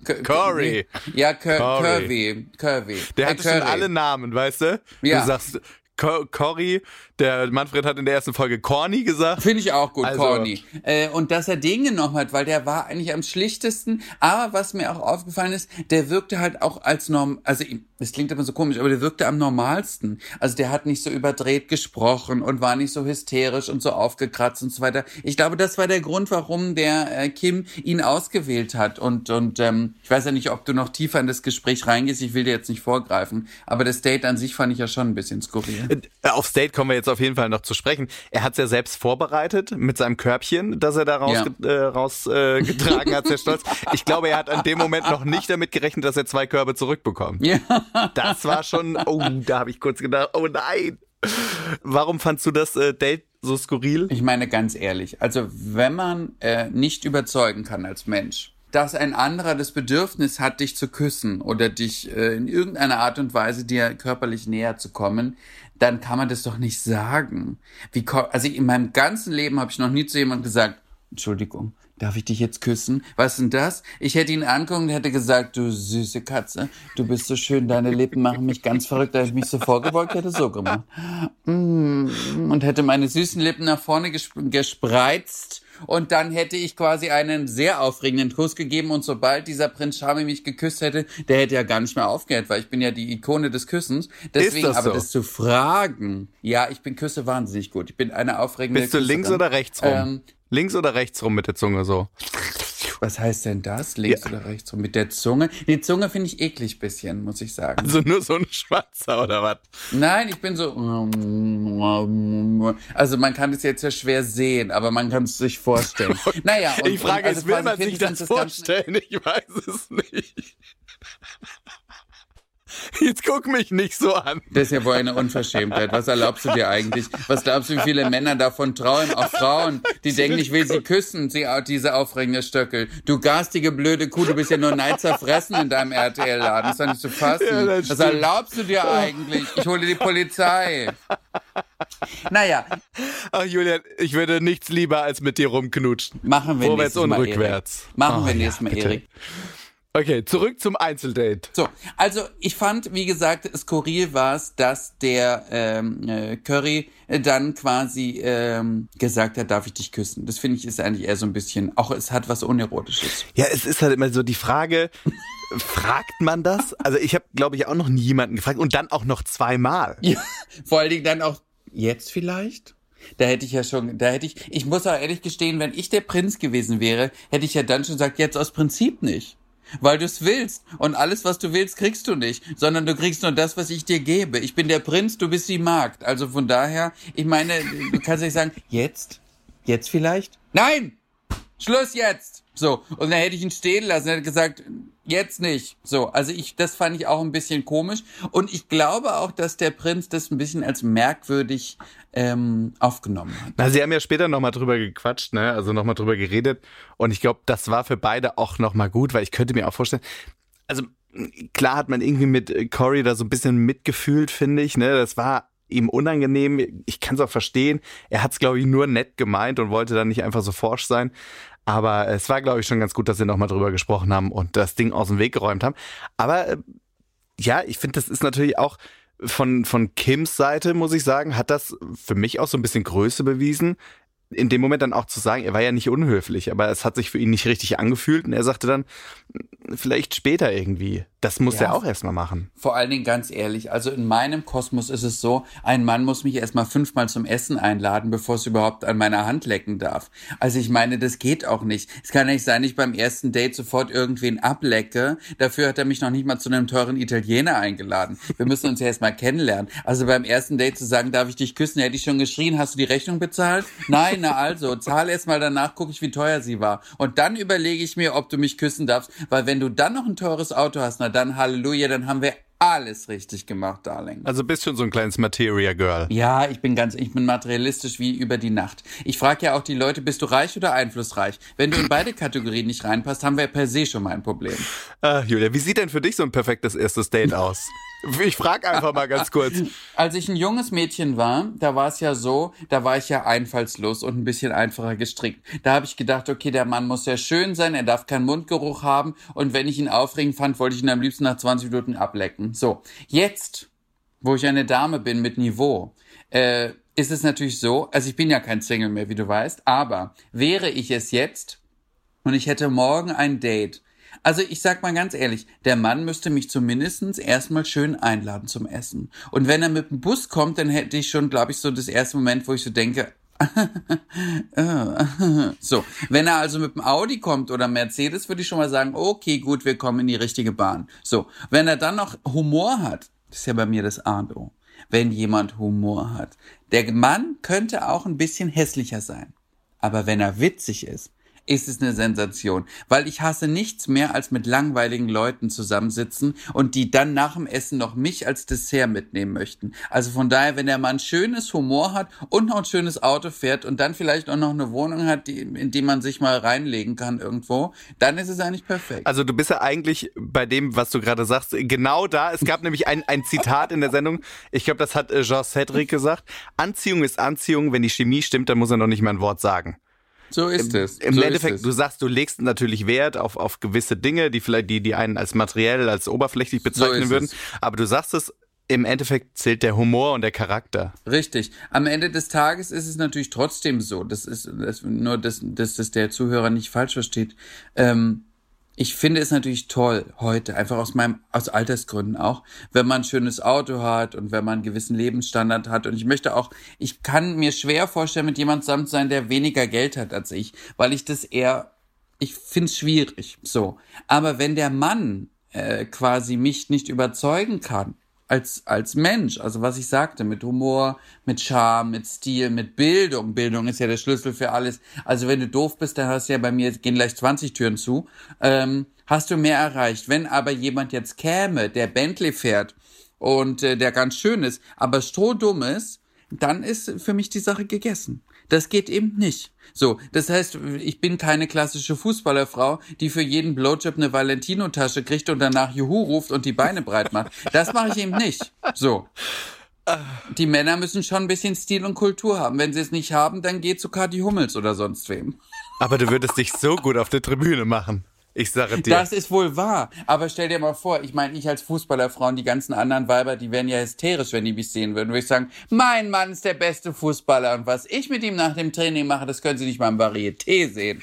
Cory. Ja, Cur- Cory. Curvy. Curvy. Der Äh, hatte schon Curry. alle Namen, weißt du? Ja. Du sagst Co- Cory, der Manfred hat in der ersten Folge Corny gesagt. Finde ich auch gut, Also- Corny. Äh, und dass er den genommen hat, weil der war eigentlich am schlichtesten. Aber was mir auch aufgefallen ist, der wirkte halt auch als norm, also das klingt immer so komisch, aber der wirkte am normalsten. Also der hat nicht so überdreht gesprochen und war nicht so hysterisch und so aufgekratzt und so weiter. Ich glaube, das war der Grund, warum der äh, Kim ihn ausgewählt hat. Und und ähm, ich weiß ja nicht, ob du noch tiefer in das Gespräch reingehst. Ich will dir jetzt nicht vorgreifen. Aber das Date an sich fand ich ja schon ein bisschen skurril. Äh, Aufs Date kommen wir jetzt auf jeden Fall noch zu sprechen. Er hat es ja selbst vorbereitet mit seinem Körbchen, das er da rausgetragen Ja. äh, raus, äh, getragen hat, sehr stolz. Ich glaube, er hat an dem Moment noch nicht damit gerechnet, dass er zwei Körbe zurückbekommt. Ja. Das war schon, oh, da habe ich kurz gedacht, oh nein. Warum fandst du das äh, Date so skurril? Ich meine ganz ehrlich, also wenn man äh, nicht überzeugen kann als Mensch, dass ein anderer das Bedürfnis hat, dich zu küssen oder dich äh, in irgendeiner Art und Weise dir körperlich näher zu kommen, dann kann man das doch nicht sagen. Wie ko- also in meinem ganzen Leben habe ich noch nie zu jemandem gesagt, Entschuldigung, darf ich dich jetzt küssen? Was ist denn das? Ich hätte ihn angucken und hätte gesagt, du süße Katze, du bist so schön, deine Lippen machen mich ganz verrückt. Da ich mich so vorgebeugt hätte, so gemacht. Mm, Und hätte meine süßen Lippen nach vorne gesp- gespreizt und dann hätte ich quasi einen sehr aufregenden Kuss gegeben und sobald dieser Prinz Charming mich geküsst hätte, der hätte ja gar nicht mehr aufgehört, weil ich bin ja die Ikone des Küssens. Deswegen, das aber so? das zu fragen, ja, ich bin Küsse wahnsinnig gut. Ich bin eine aufregende Bist du links Küsserin. oder rechts rum? Ähm, Links oder rechts rum mit der Zunge so? Was heißt denn das? Links oder rechts rum? Mit der Zunge? Die Zunge finde ich eklig bisschen, muss ich sagen. Also nur so ein Schwarzer oder was? Nein, ich bin so... Also man kann es jetzt ja schwer sehen, aber man kann es sich vorstellen. Naja, und, Ich frage, und also jetzt will quasi man sich Vincent das ist ganz- vorstellen? Ich weiß es nicht. Jetzt guck mich nicht so an. Das ist ja wohl eine Unverschämtheit. Was erlaubst du dir eigentlich? Was glaubst du, wie viele Männer davon träumen? Auch Frauen, die denken, ich will sie küssen, sie, diese aufregende Stöckel. Du garstige, blöde Kuh, du bist ja nur neidzerfressen in deinem R T L-Laden. Das ist doch nicht zu fassen. Ja, was erlaubst du dir eigentlich? Ich hole die Polizei. Naja. Ach, Julian, ich würde nichts lieber als mit dir rumknutschen. Machen wir Vorwärts nächstes und Mal, rückwärts. Erik. Machen oh, wir nächstes Mal, ja, Erik. Okay, zurück zum Einzeldate. So, also ich fand, wie gesagt, skurril war es, dass der ähm, äh, Curry dann quasi ähm, gesagt hat, darf ich dich küssen. Das finde ich ist eigentlich eher so ein bisschen, auch es hat was Unerotisches. Ja, es ist halt immer so die Frage, fragt man das? Also ich habe, glaube ich, auch noch nie jemanden gefragt und dann auch noch zweimal. Ja, vor allen Dingen dann auch jetzt vielleicht? Da hätte ich ja schon, da hätte ich, ich muss auch ehrlich gestehen, wenn ich der Prinz gewesen wäre, hätte ich ja dann schon gesagt, jetzt aus Prinzip nicht. Weil du es willst. Und alles, was du willst, kriegst du nicht. Sondern du kriegst nur das, was ich dir gebe. Ich bin der Prinz, du bist die Magd. Also von daher, ich meine, du kannst nicht sagen, jetzt? Jetzt vielleicht? Nein! Schluss jetzt! So. Und dann hätte ich ihn stehen lassen. Er hätte gesagt, jetzt nicht. So. Also ich, das fand ich auch ein bisschen komisch. Und ich glaube auch, dass der Prinz das ein bisschen als merkwürdig ähm, aufgenommen hat. Na, sie haben ja später nochmal drüber gequatscht, ne? Also nochmal drüber geredet. Und ich glaube, das war für beide auch nochmal gut, weil ich könnte mir auch vorstellen, also klar hat man irgendwie mit Corey da so ein bisschen mitgefühlt, finde ich, ne? Das war ihm unangenehm. Ich kann es auch verstehen. Er hat es, glaube ich, nur nett gemeint und wollte dann nicht einfach so forsch sein. Aber es war, glaube ich, schon ganz gut, dass sie nochmal drüber gesprochen haben und das Ding aus dem Weg geräumt haben. Aber äh, ja, ich finde, das ist natürlich auch von, von Kims Seite, muss ich sagen, hat das für mich auch so ein bisschen Größe bewiesen. In dem Moment dann auch zu sagen, er war ja nicht unhöflich, aber es hat sich für ihn nicht richtig angefühlt und er sagte dann, vielleicht später irgendwie. Das muss ja. er auch erstmal machen. Vor allen Dingen ganz ehrlich, also in meinem Kosmos ist es so, ein Mann muss mich erstmal fünfmal zum Essen einladen, bevor es überhaupt an meiner Hand lecken darf. Also ich meine, das geht auch nicht. Es kann nicht sein, ich beim ersten Date sofort irgendwen ablecke. Dafür hat er mich noch nicht mal zu einem teuren Italiener eingeladen. Wir müssen uns ja erstmal kennenlernen. Also beim ersten Date zu sagen, darf ich dich küssen, hätte ich schon geschrien, hast du die Rechnung bezahlt? Nein, na also, zahl erst mal danach, gucke ich, wie teuer sie war. Und dann überlege ich mir, ob du mich küssen darfst, weil wenn du dann noch ein teures Auto hast, na dann Halleluja, dann haben wir alles richtig gemacht, Darling. Also bist schon so ein kleines Materia Girl. Ja, ich bin ganz, ich bin materialistisch wie über die Nacht. Ich frage ja auch die Leute, bist du reich oder einflussreich? Wenn du in beide Kategorien nicht reinpasst, haben wir per se schon mal ein Problem. Äh, Julia, wie sieht denn für dich so ein perfektes erstes Date aus? Ich frage einfach mal ganz kurz. Als ich ein junges Mädchen war, da war es ja so, da war ich ja einfallslos und ein bisschen einfacher gestrickt. Da habe ich gedacht, okay, der Mann muss ja schön sein, er darf keinen Mundgeruch haben und wenn ich ihn aufregend fand, wollte ich ihn am liebsten nach zwanzig Minuten ablecken. So, jetzt, wo ich eine Dame bin mit Niveau, äh, ist es natürlich so, also ich bin ja kein Single mehr, wie du weißt, aber wäre ich es jetzt und ich hätte morgen ein Date. Also ich sag mal ganz ehrlich, der Mann müsste mich zumindest erstmal schön einladen zum Essen. Und wenn er mit dem Bus kommt, dann hätte ich schon, glaube ich, so das erste Moment, wo ich so denke, so, wenn er also mit dem Audi kommt oder Mercedes, würde ich schon mal sagen, okay, gut, wir kommen in die richtige Bahn. So, wenn er dann noch Humor hat, das ist ja bei mir das A und O, wenn jemand Humor hat. Der Mann könnte auch ein bisschen hässlicher sein, aber wenn er witzig ist, ist es eine Sensation, weil ich hasse nichts mehr, als mit langweiligen Leuten zusammensitzen und die dann nach dem Essen noch mich als Dessert mitnehmen möchten. Also von daher, wenn der Mann schönes Humor hat und noch ein schönes Auto fährt und dann vielleicht auch noch eine Wohnung hat, die, in die man sich mal reinlegen kann irgendwo, dann ist es eigentlich perfekt. Also du bist ja eigentlich bei dem, was du gerade sagst, genau da. Es gab nämlich ein, ein Zitat in der Sendung, ich glaube, das hat Jean Cedric gesagt, Anziehung ist Anziehung, wenn die Chemie stimmt, dann muss er noch nicht mal ein Wort sagen. So ist es. Im so Endeffekt, es. du sagst, du legst natürlich Wert auf, auf gewisse Dinge, die vielleicht die, die einen als materiell, als oberflächlich bezeichnen so würden. Es. Aber du sagst es, im Endeffekt zählt der Humor und der Charakter. Richtig. Am Ende des Tages ist es natürlich trotzdem so. Das ist das, nur, dass, dass das der Zuhörer nicht falsch versteht. Ähm, Ich finde es natürlich toll heute, einfach aus meinem, aus Altersgründen auch, wenn man ein schönes Auto hat und wenn man einen gewissen Lebensstandard hat. Und ich möchte auch, ich kann mir schwer vorstellen, mit jemandem zusammen zu sein, der weniger Geld hat als ich, weil ich das eher, ich finde es schwierig, so. Aber wenn der Mann äh, quasi mich nicht überzeugen kann, als, als Mensch. Also was ich sagte, mit Humor, mit Charme, mit Stil, mit Bildung. Bildung ist ja der Schlüssel für alles. Also wenn du doof bist, dann hast du ja bei mir, gehen gleich zwanzig Türen zu, ähm, hast du mehr erreicht. Wenn aber jemand jetzt käme, der Bentley fährt und äh, der ganz schön ist, aber strohdumm ist, dann ist für mich die Sache gegessen. Das geht eben nicht. So, das heißt, ich bin keine klassische Fußballerfrau, die für jeden Blowjob eine Valentino-Tasche kriegt und danach Juhu ruft und die Beine breit macht. Das mache ich eben nicht. So. Die Männer müssen schon ein bisschen Stil und Kultur haben. Wenn sie es nicht haben, dann geh zu Kathi Hummels oder sonst wem. Aber du würdest dich so gut auf der Tribüne machen. Ich sage dir. Das ist wohl wahr. Aber stell dir mal vor, ich meine, ich als Fußballerfrau und die ganzen anderen Weiber, die wären ja hysterisch, wenn die mich sehen würden. Würde ich sagen, mein Mann ist der beste Fußballer und was ich mit ihm nach dem Training mache, das können Sie nicht mal im Varieté sehen.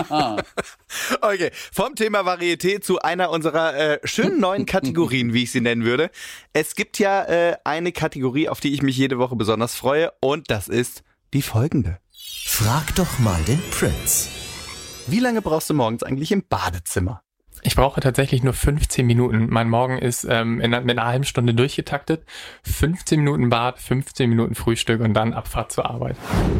Okay, vom Thema Varieté zu einer unserer äh, schönen neuen Kategorien, wie ich sie nennen würde. Es gibt ja äh, eine Kategorie, auf die ich mich jede Woche besonders freue und das ist die folgende. Frag doch mal den Prince. Wie lange brauchst du morgens eigentlich im Badezimmer? Ich brauche tatsächlich nur fünfzehn Minuten. Mein Morgen ist ähm, in, mit einer halben Stunde durchgetaktet. fünfzehn Minuten Bad, fünfzehn Minuten Frühstück und dann Abfahrt zur Arbeit.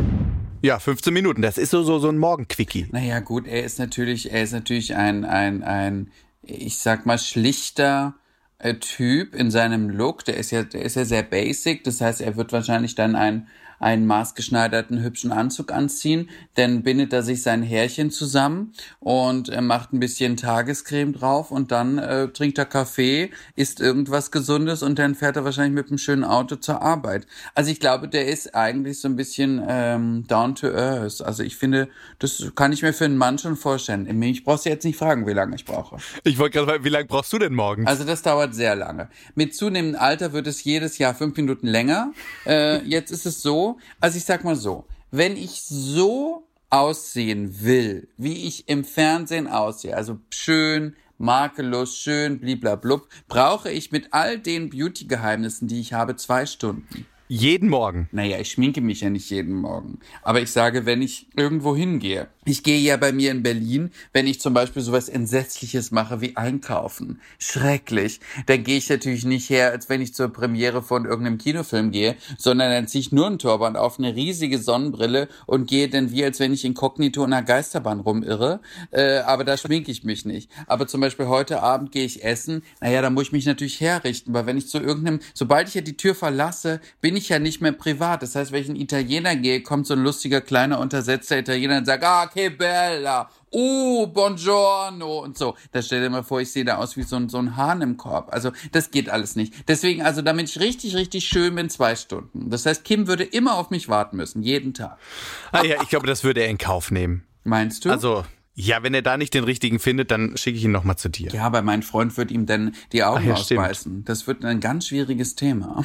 Ja, fünfzehn Minuten. Das ist so so, so ein Morgenquickie. Naja, gut, er ist natürlich, er ist natürlich ein, ein, ein, ich sag mal, schlichter äh, Typ in seinem Look. Der ist ja, der ist ja sehr basic. Das heißt, er wird wahrscheinlich dann ein einen maßgeschneiderten, hübschen Anzug anziehen, dann bindet er sich sein Härchen zusammen und er macht ein bisschen Tagescreme drauf und dann äh, trinkt er Kaffee, isst irgendwas Gesundes und dann fährt er wahrscheinlich mit einem schönen Auto zur Arbeit. Also ich glaube, der ist eigentlich so ein bisschen ähm, down to earth. Also ich finde, das kann ich mir für einen Mann schon vorstellen. Ich brauchst du jetzt nicht fragen, wie lange ich brauche. Ich wollte gerade fragen, wie lange brauchst du denn morgens? Also das dauert sehr lange. Mit zunehmendem Alter wird es jedes Jahr fünf Minuten länger. Äh, jetzt ist es so, also ich sag mal so, wenn ich so aussehen will, wie ich im Fernsehen aussehe, also schön, makellos, schön, bliblablub, brauche ich mit all den Beauty-Geheimnissen, die ich habe, zwei Stunden. Jeden Morgen? Naja, ich schminke mich ja nicht jeden Morgen. Aber ich sage, wenn ich irgendwo hingehe. Ich gehe ja bei mir in Berlin, wenn ich zum Beispiel sowas Entsetzliches mache wie einkaufen. Schrecklich. Dann gehe ich natürlich nicht her, als wenn ich zur Premiere von irgendeinem Kinofilm gehe, sondern dann ziehe ich nur einen Turban auf, eine riesige Sonnenbrille und gehe dann wie, als wenn ich inkognito in einer Geisterbahn rumirre. Äh, aber da schminke ich mich nicht. Aber zum Beispiel heute Abend gehe ich essen. Naja, da muss ich mich natürlich herrichten, weil wenn ich zu irgendeinem, sobald ich ja die Tür verlasse, bin ich ja nicht mehr privat. Das heißt, wenn ich einen Italiener gehe, kommt so ein lustiger, kleiner, untersetzter Italiener und sagt, ah, che bella, oh, buongiorno und so. Da stell dir mal vor, ich sehe da aus wie so ein, so ein Hahn im Korb. Also das geht alles nicht. Deswegen, also damit ich richtig, richtig schön bin, zwei Stunden. Das heißt, Kim würde immer auf mich warten müssen, jeden Tag. Ah ja, ich glaube, das würde er in Kauf nehmen. Meinst du? Also... Ja, wenn er da nicht den richtigen findet, dann schicke ich ihn nochmal zu dir. Ja, aber mein Freund wird ihm dann die Augen ja, ausbeißen. Stimmt. Das wird ein ganz schwieriges Thema.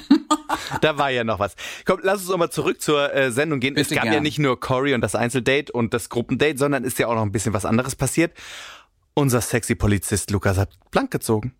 Da war ja noch was. Komm, lass uns nochmal zurück zur äh, Sendung gehen. Bitte es gab gern. ja nicht nur Cory und das Einzeldate und das Gruppendate, sondern ist ja auch noch ein bisschen was anderes passiert. Unser sexy Polizist Lukas hat blank gezogen.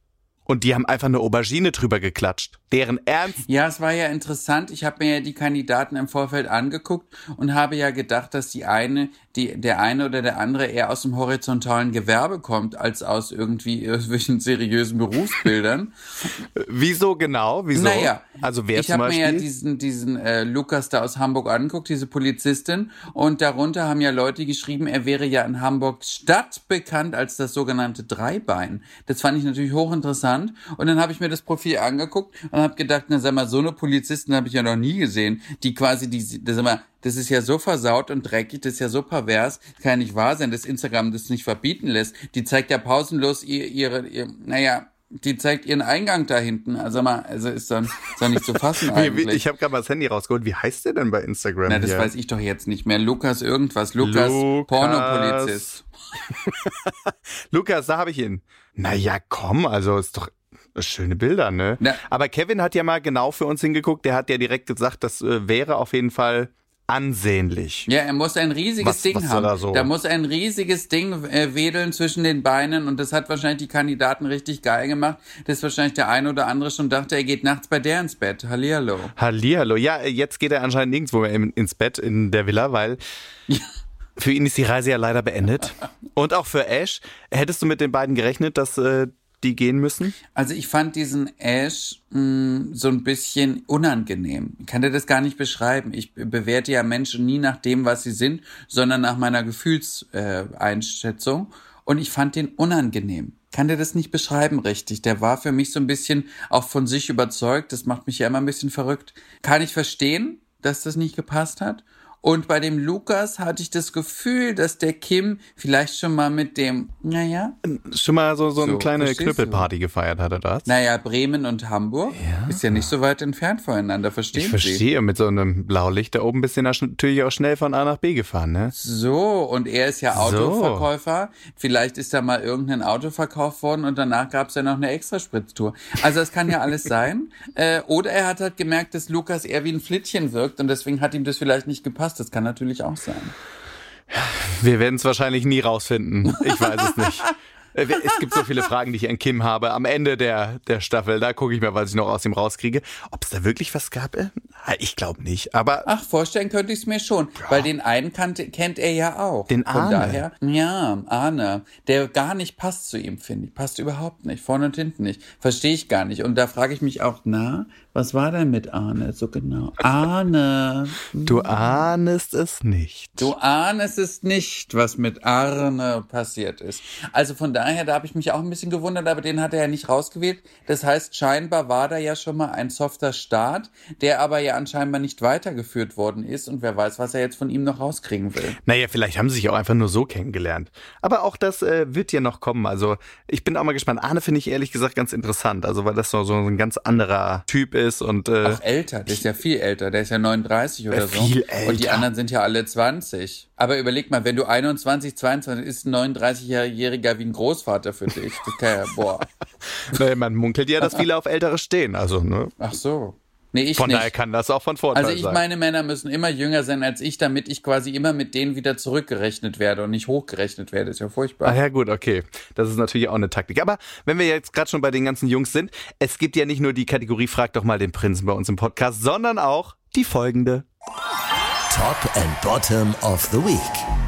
Und die haben einfach eine Aubergine drüber geklatscht. Deren Ernst? Ja, es war ja interessant. Ich habe mir ja die Kandidaten im Vorfeld angeguckt und habe ja gedacht, dass die eine, die, der eine oder der andere eher aus dem horizontalen Gewerbe kommt, als aus irgendwie irgendwelchen seriösen Berufsbildern. Wieso genau? Wieso? Naja, also wer ich zum habe mir Beispiel? ja diesen, diesen äh, Lukas da aus Hamburg angeguckt, diese Polizistin. Und darunter haben ja Leute geschrieben, er wäre ja in Hamburg Stadt bekannt als das sogenannte Dreibein. Das fand ich natürlich hochinteressant. Und dann habe ich mir das Profil angeguckt und habe gedacht, na sag mal, so eine Polizistin habe ich ja noch nie gesehen, die quasi, die, das, sag mal, das ist ja so versaut und dreckig, das ist ja so pervers, das kann ja nicht wahr sein, dass Instagram das nicht verbieten lässt. Die zeigt ja pausenlos ihr, ihre, ihr, naja, die zeigt ihren Eingang da hinten. Also mal, also ist dann, ist dann nicht zu fassen eigentlich. Ich habe gerade mal das Handy rausgeholt. Wie heißt der denn bei Instagram? Na, das hier? weiß ich doch jetzt nicht mehr. Lukas irgendwas. Lukas, Lukas. Pornopolizist. Lukas, da habe ich ihn. Naja, komm, also ist doch schöne Bilder, ne? Na. Aber Kevin hat ja mal genau für uns hingeguckt. Der hat ja direkt gesagt, das äh, wäre auf jeden Fall ansehnlich. Ja, er muss ein riesiges Was- Ding was soll haben. er so? Da muss ein riesiges Ding äh, wedeln zwischen den Beinen und das hat wahrscheinlich die Kandidaten richtig geil gemacht. Das ist wahrscheinlich der eine oder andere schon dachte, er geht nachts bei der ins Bett. Hallihallo. Hallihallo. Ja, jetzt geht er anscheinend nirgendwo mehr in- ins Bett in der Villa, weil für ihn ist die Reise ja leider beendet. Und auch für Ash. Hättest du mit den beiden gerechnet, dass äh, die gehen müssen? Also ich fand diesen Ash mh, so ein bisschen unangenehm. Ich kann dir das gar nicht beschreiben. Ich bewerte ja Menschen nie nach dem, was sie sind, sondern nach meiner Gefühlseinschätzung. Äh, Und ich fand den unangenehm. Kann dir das nicht beschreiben richtig. Der war für mich so ein bisschen auch von sich überzeugt. Das macht mich ja immer ein bisschen verrückt. Kann ich verstehen, dass das nicht gepasst hat. Und bei dem Lukas hatte ich das Gefühl, dass der Kim vielleicht schon mal mit dem, naja. Schon mal so, so eine So, kleine verstehst Knüppelparty gefeiert hat er das? Naja, Bremen und Hamburg Ja. ist ja nicht so weit entfernt voneinander, verstehen Ich Sie? verstehe, mit so einem Blaulicht da oben bist du natürlich auch schnell von A nach B gefahren, ne? So, und er ist ja Autoverkäufer. Vielleicht ist da mal irgendein Auto verkauft worden und danach gab es ja noch eine Extraspritztour. Also das kann ja alles sein. Äh, oder er hat halt gemerkt, dass Lukas eher wie ein Flittchen wirkt und deswegen hat ihm das vielleicht nicht gepasst. Das kann natürlich auch sein. Wir werden es wahrscheinlich nie rausfinden. Ich weiß es nicht. Es gibt so viele Fragen, die ich an Kim habe. Am Ende der, der Staffel, da gucke ich mal, was ich noch aus ihm rauskriege. Ob es da wirklich was gab? Ich glaube nicht. Aber Ach, vorstellen könnte ich es mir schon. Ja. Weil den einen kannte, kennt er ja auch. Den Von Arne. daher, ja, Arne. Der gar nicht passt zu ihm, finde ich. Passt überhaupt nicht. Vorne und hinten nicht. Verstehe ich gar nicht. Und da frage ich mich auch, na, was war denn mit Arne so genau? Arne. Du ahnest es nicht. Du ahnest es nicht, was mit Arne passiert ist. Also von daher, da habe ich mich auch ein bisschen gewundert, aber den hat er ja nicht rausgewählt. Das heißt, scheinbar war da ja schon mal ein softer Start, der aber ja anscheinend nicht weitergeführt worden ist und wer weiß, was er jetzt von ihm noch rauskriegen will. Naja, vielleicht haben sie sich auch einfach nur so kennengelernt. Aber auch das äh, wird ja noch kommen. Also ich bin auch mal gespannt. Arne finde ich ehrlich gesagt ganz interessant, also weil das so, so ein ganz anderer Typ ist und äh, auch älter, der ist ja viel älter, der ist ja neununddreißig oder äh, so. Viel älter. Und die anderen sind ja alle zwanzig. Aber überleg mal, wenn du einundzwanzig, zweiundzwanzig ist ein neununddreißigjähriger wie ein Großvater für dich. Das kann ja, boah. Naja, man munkelt ja, dass viele auf Ältere stehen. Also, ne? Ach so. Nee, ich von nicht. daher kann das auch von Vorteil sein. Also ich meine, Männer müssen immer jünger sein als ich, damit ich quasi immer mit denen wieder zurückgerechnet werde und nicht hochgerechnet werde. Ist ja furchtbar. Ach ja, gut, okay. Das ist natürlich auch eine Taktik. Aber wenn wir jetzt gerade schon bei den ganzen Jungs sind, es gibt ja nicht nur die Kategorie Frag doch mal den Prinzen bei uns im Podcast, sondern auch die folgende. Top and Bottom of the Week.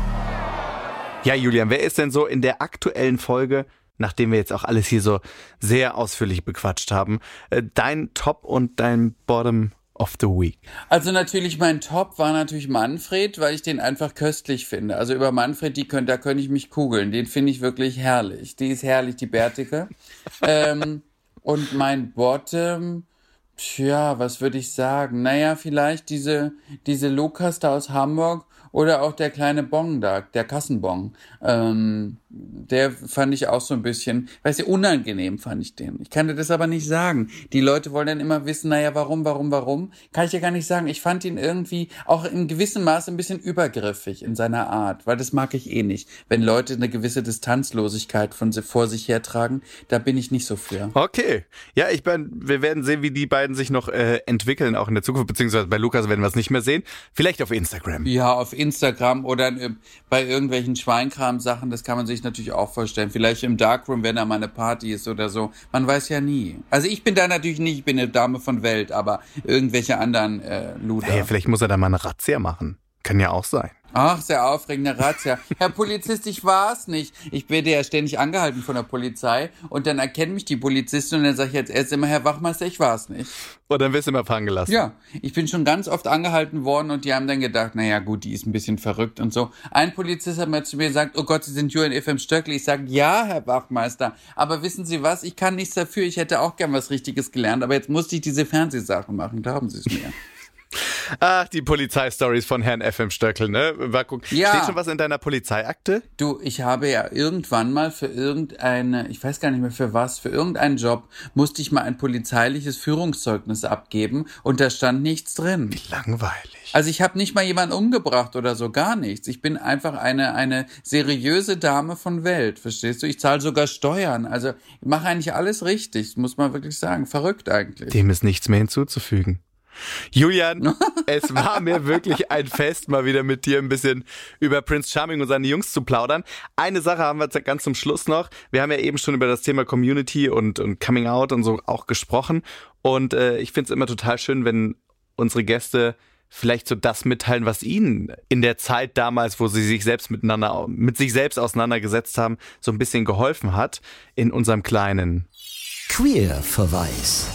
Ja, Julian, wer ist denn so in der aktuellen Folge, nachdem wir jetzt auch alles hier so sehr ausführlich bequatscht haben, dein Top und dein Bottom of the Week? Also natürlich mein Top war natürlich Manfred, weil ich den einfach köstlich finde. Also über Manfred, die könnt, da könnte ich mich kugeln. Den finde ich wirklich herrlich. Die ist herrlich, die Bärtige. ähm, und mein Bottom, tja, was würde ich sagen? Naja, vielleicht diese, diese Lukas da aus Hamburg oder auch der kleine Bong da, der Kassenbong. Ähm, der fand ich auch so ein bisschen, weißt du, unangenehm fand ich den. Ich kann dir das aber nicht sagen. Die Leute wollen dann immer wissen, naja, warum, warum, warum? Kann ich dir gar nicht sagen. Ich fand ihn irgendwie auch in gewissem Maße ein bisschen übergriffig in seiner Art, weil das mag ich eh nicht. Wenn Leute eine gewisse Distanzlosigkeit von vor sich hertragen, da bin ich nicht so für. Okay. Ja, ich bin, wir werden sehen, wie die beiden sich noch äh, entwickeln, auch in der Zukunft, beziehungsweise bei Lukas werden wir es nicht mehr sehen. Vielleicht auf Instagram. Ja, auf Instagram oder äh, bei irgendwelchen Schweinkram-Sachen, das kann man sich natürlich auch vorstellen. Vielleicht im Darkroom, wenn da mal eine Party ist oder so. Man weiß ja nie. Also ich bin da natürlich nicht, ich bin eine Dame von Welt, aber irgendwelche anderen äh, Luder. Naja, vielleicht muss er da mal eine Razzia machen. Kann ja auch sein. Ach, sehr aufregende Razzia. Herr Polizist, ich war's nicht. Ich werde ja ständig angehalten von der Polizei und dann erkennt mich die Polizistin und dann sage ich jetzt erst immer, Herr Wachmeister, ich war's nicht. Und dann wirst du immer fahren gelassen. Ja, ich bin schon ganz oft angehalten worden und die haben dann gedacht, naja gut, die ist ein bisschen verrückt und so. Ein Polizist hat mal zu mir gesagt, oh Gott, Sie sind Julian F M Stöckli. Ich sage, ja, Herr Wachmeister, aber wissen Sie was, ich kann nichts dafür, ich hätte auch gern was Richtiges gelernt, aber jetzt musste ich diese Fernsehsachen machen, glauben Sie es mir. Ach, die Polizeistories von Herrn F M Stöckl, ne? Ja. Steht schon was in deiner Polizeiakte? Du, ich habe ja irgendwann mal für irgendeine, ich weiß gar nicht mehr für was, für irgendeinen Job musste ich mal ein polizeiliches Führungszeugnis abgeben und da stand nichts drin. Wie langweilig. Also ich habe nicht mal jemanden umgebracht oder so, gar nichts. Ich bin einfach eine eine seriöse Dame von Welt, verstehst du? Ich zahle sogar Steuern, also ich mache eigentlich alles richtig, muss man wirklich sagen. Verrückt eigentlich. Dem ist nichts mehr hinzuzufügen. Julian, es war mir wirklich ein Fest, mal wieder mit dir ein bisschen über Prince Charming und seine Jungs zu plaudern. Eine Sache haben wir ganz zum Schluss noch. Wir haben ja eben schon über das Thema Community und, und Coming Out und so auch gesprochen. Und äh, ich finde es immer total schön, wenn unsere Gäste vielleicht so das mitteilen, was ihnen in der Zeit damals, wo sie sich selbst miteinander, mit sich selbst auseinandergesetzt haben, so ein bisschen geholfen hat in unserem kleinen Queer-Verweis.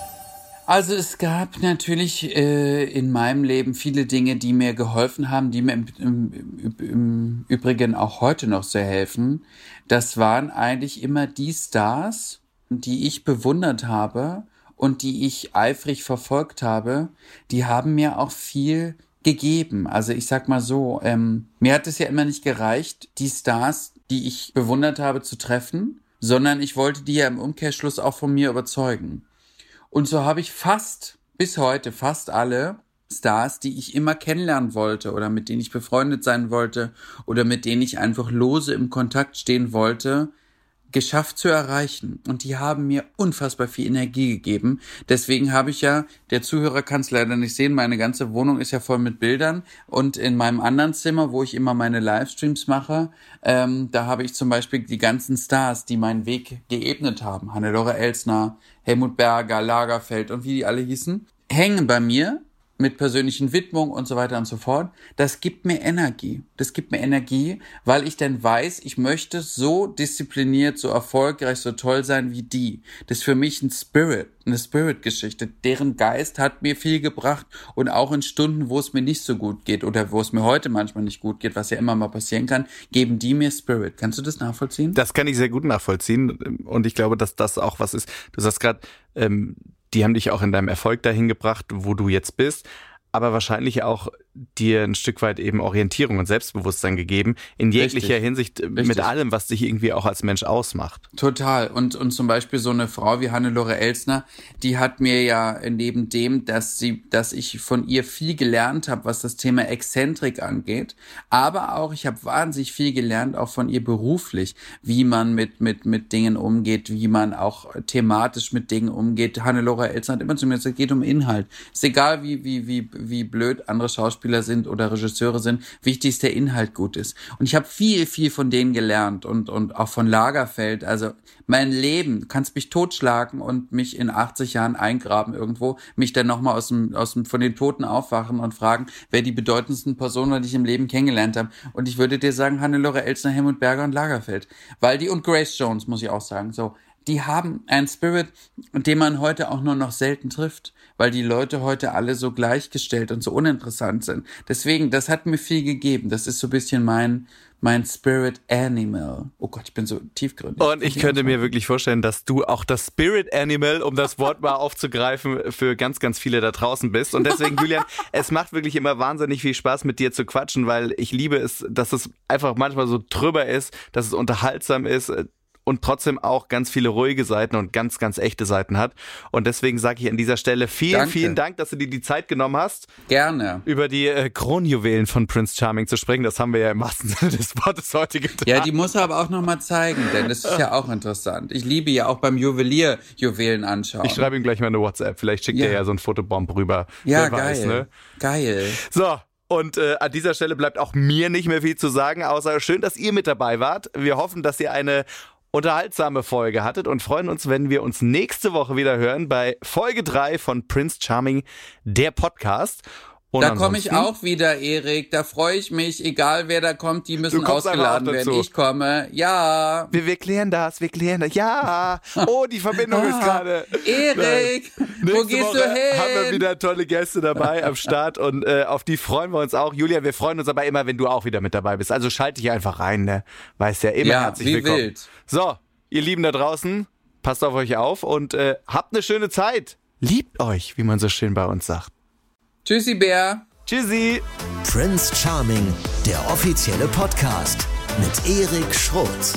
Also es gab natürlich äh, in meinem Leben viele Dinge, die mir geholfen haben, die mir im, im, im Übrigen auch heute noch sehr helfen. Das waren eigentlich immer die Stars, die ich bewundert habe und die ich eifrig verfolgt habe. Die haben mir auch viel gegeben. Also ich sag mal so, ähm, mir hat es ja immer nicht gereicht, die Stars, die ich bewundert habe, zu treffen, sondern ich wollte die ja im Umkehrschluss auch von mir überzeugen. Und so habe ich fast, bis heute, fast alle Stars, die ich immer kennenlernen wollte oder mit denen ich befreundet sein wollte oder mit denen ich einfach lose im Kontakt stehen wollte, geschafft zu erreichen. Und die haben mir unfassbar viel Energie gegeben. Deswegen habe ich ja, der Zuhörer kann es leider nicht sehen, meine ganze Wohnung ist ja voll mit Bildern. Und in meinem anderen Zimmer, wo ich immer meine Livestreams mache, ähm, da habe ich zum Beispiel die ganzen Stars, die meinen Weg geebnet haben. Hannelore Elsner, Helmut Berger, Lagerfeld und wie die alle hießen, hängen bei mir mit persönlichen Widmungen und so weiter und so fort. Das gibt mir Energie. Das gibt mir Energie, weil ich dann weiß, ich möchte so diszipliniert, so erfolgreich, so toll sein wie die. Das ist für mich ein Spirit, eine Spirit-Geschichte. Deren Geist hat mir viel gebracht und auch in Stunden, wo es mir nicht so gut geht oder wo es mir heute manchmal nicht gut geht, was ja immer mal passieren kann, geben die mir Spirit. Kannst du das nachvollziehen? Das kann ich sehr gut nachvollziehen und ich glaube, dass das auch was ist. Du sagst gerade, ähm, die haben dich auch in deinem Erfolg dahin gebracht, wo du jetzt bist, aber wahrscheinlich auch dir ein Stück weit eben Orientierung und Selbstbewusstsein gegeben, in jeglicher Richtig. Hinsicht Richtig. mit allem, was dich irgendwie auch als Mensch ausmacht. Total. Und, und zum Beispiel so eine Frau wie Hannelore Elsner, die hat mir ja neben dem, dass sie, dass ich von ihr viel gelernt habe, was das Thema Exzentrik angeht, aber auch, ich habe wahnsinnig viel gelernt, auch von ihr beruflich, wie man mit, mit, mit Dingen umgeht, wie man auch thematisch mit Dingen umgeht. Hannelore Elsner hat immer zu mir gesagt, es geht um Inhalt. Ist egal, wie, wie, wie, wie blöd andere Schauspieler sind oder Regisseure sind, wichtig ist, der Inhalt gut ist. Und ich habe viel, viel von denen gelernt und und auch von Lagerfeld. Also mein Leben, du kannst mich totschlagen und mich in achtzig Jahren eingraben irgendwo, mich dann nochmal aus dem, aus dem, von den Toten aufwachen und fragen, wer die bedeutendsten Personen, die ich im Leben kennengelernt habe. Und ich würde dir sagen, Hannelore Elsner, Helmut Berger und Lagerfeld. Weil die, und Grace Jones, muss ich auch sagen, so, die haben einen Spirit, den man heute auch nur noch selten trifft, weil die Leute heute alle so gleichgestellt und so uninteressant sind. Deswegen, das hat mir viel gegeben. Das ist so ein bisschen mein mein Spirit Animal. Oh Gott, ich bin so tiefgründig. Und ich könnte mir wirklich vorstellen, dass du auch das Spirit Animal, um das Wort mal aufzugreifen, für ganz, ganz viele da draußen bist. Und deswegen, Julian, es macht wirklich immer wahnsinnig viel Spaß, mit dir zu quatschen, weil ich liebe es, dass es einfach manchmal so drüber ist, dass es unterhaltsam ist, und trotzdem auch ganz viele ruhige Seiten und ganz, ganz echte Seiten hat. Und deswegen sage ich an dieser Stelle vielen, Danke. vielen Dank, dass du dir die Zeit genommen hast. Gerne. Über die äh, Kronjuwelen von Prince Charming zu sprechen. Das haben wir ja im wahrsten Sinne des Wortes heute getan. Ja, die muss er aber auch nochmal zeigen, denn das ist ja auch interessant. Ich liebe ja auch beim Juwelier Juwelen anschauen. Ich schreibe ihm gleich mal eine WhatsApp. Vielleicht schickt Ja. er ja so ein Fotobomb rüber. Ja, Wer geil. weiß, ne? Geil. So. Und äh, an dieser Stelle bleibt auch mir nicht mehr viel zu sagen, außer schön, dass ihr mit dabei wart. Wir hoffen, dass ihr eine unterhaltsame Folge hattet und freuen uns, wenn wir uns nächste Woche wieder hören bei Folge drei von Prince Charming, der Podcast. Und da komme ich ansonsten- auch wieder, Erik. Da freue ich mich. Egal wer da kommt, die müssen Du kommst ausgeladen einfach auch werden. dazu. Ich komme. Ja. Wir, wir klären das, wir klären das. Ja. Oh, die Verbindung ist gerade. Erik, wo Nächste gehst Woche du hin? haben wir wieder tolle Gäste dabei am Start und äh, auf die freuen wir uns auch. Julia, wir freuen uns aber immer, wenn du auch wieder mit dabei bist. Also schalte dich einfach rein, ne? Weißt ja, immer Ja, herzlich wie willkommen. wild. So, ihr Lieben da draußen, passt auf euch auf und äh, habt eine schöne Zeit. Liebt euch, wie man so schön bei uns sagt. Tschüssi, Bär. Tschüssi. Prince Charming, der offizielle Podcast mit Erik Schrotz.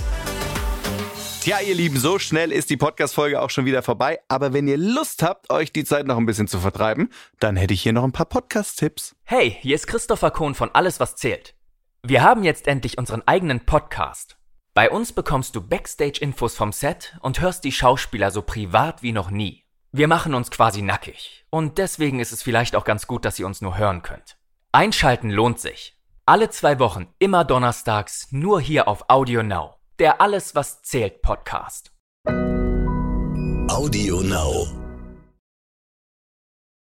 Tja, ihr Lieben, so schnell ist die Podcast-Folge auch schon wieder vorbei. Aber wenn ihr Lust habt, euch die Zeit noch ein bisschen zu vertreiben, dann hätte ich hier noch ein paar Podcast-Tipps. Hey, hier ist Christopher Kohn von Alles, was zählt. Wir haben jetzt endlich unseren eigenen Podcast. Bei uns bekommst du Backstage-Infos vom Set und hörst die Schauspieler so privat wie noch nie. Wir machen uns quasi nackig und deswegen ist es vielleicht auch ganz gut, dass ihr uns nur hören könnt. Einschalten lohnt sich. Alle zwei Wochen, immer donnerstags, nur hier auf Audio Now. Der Alles, was zählt Podcast. Audio Now.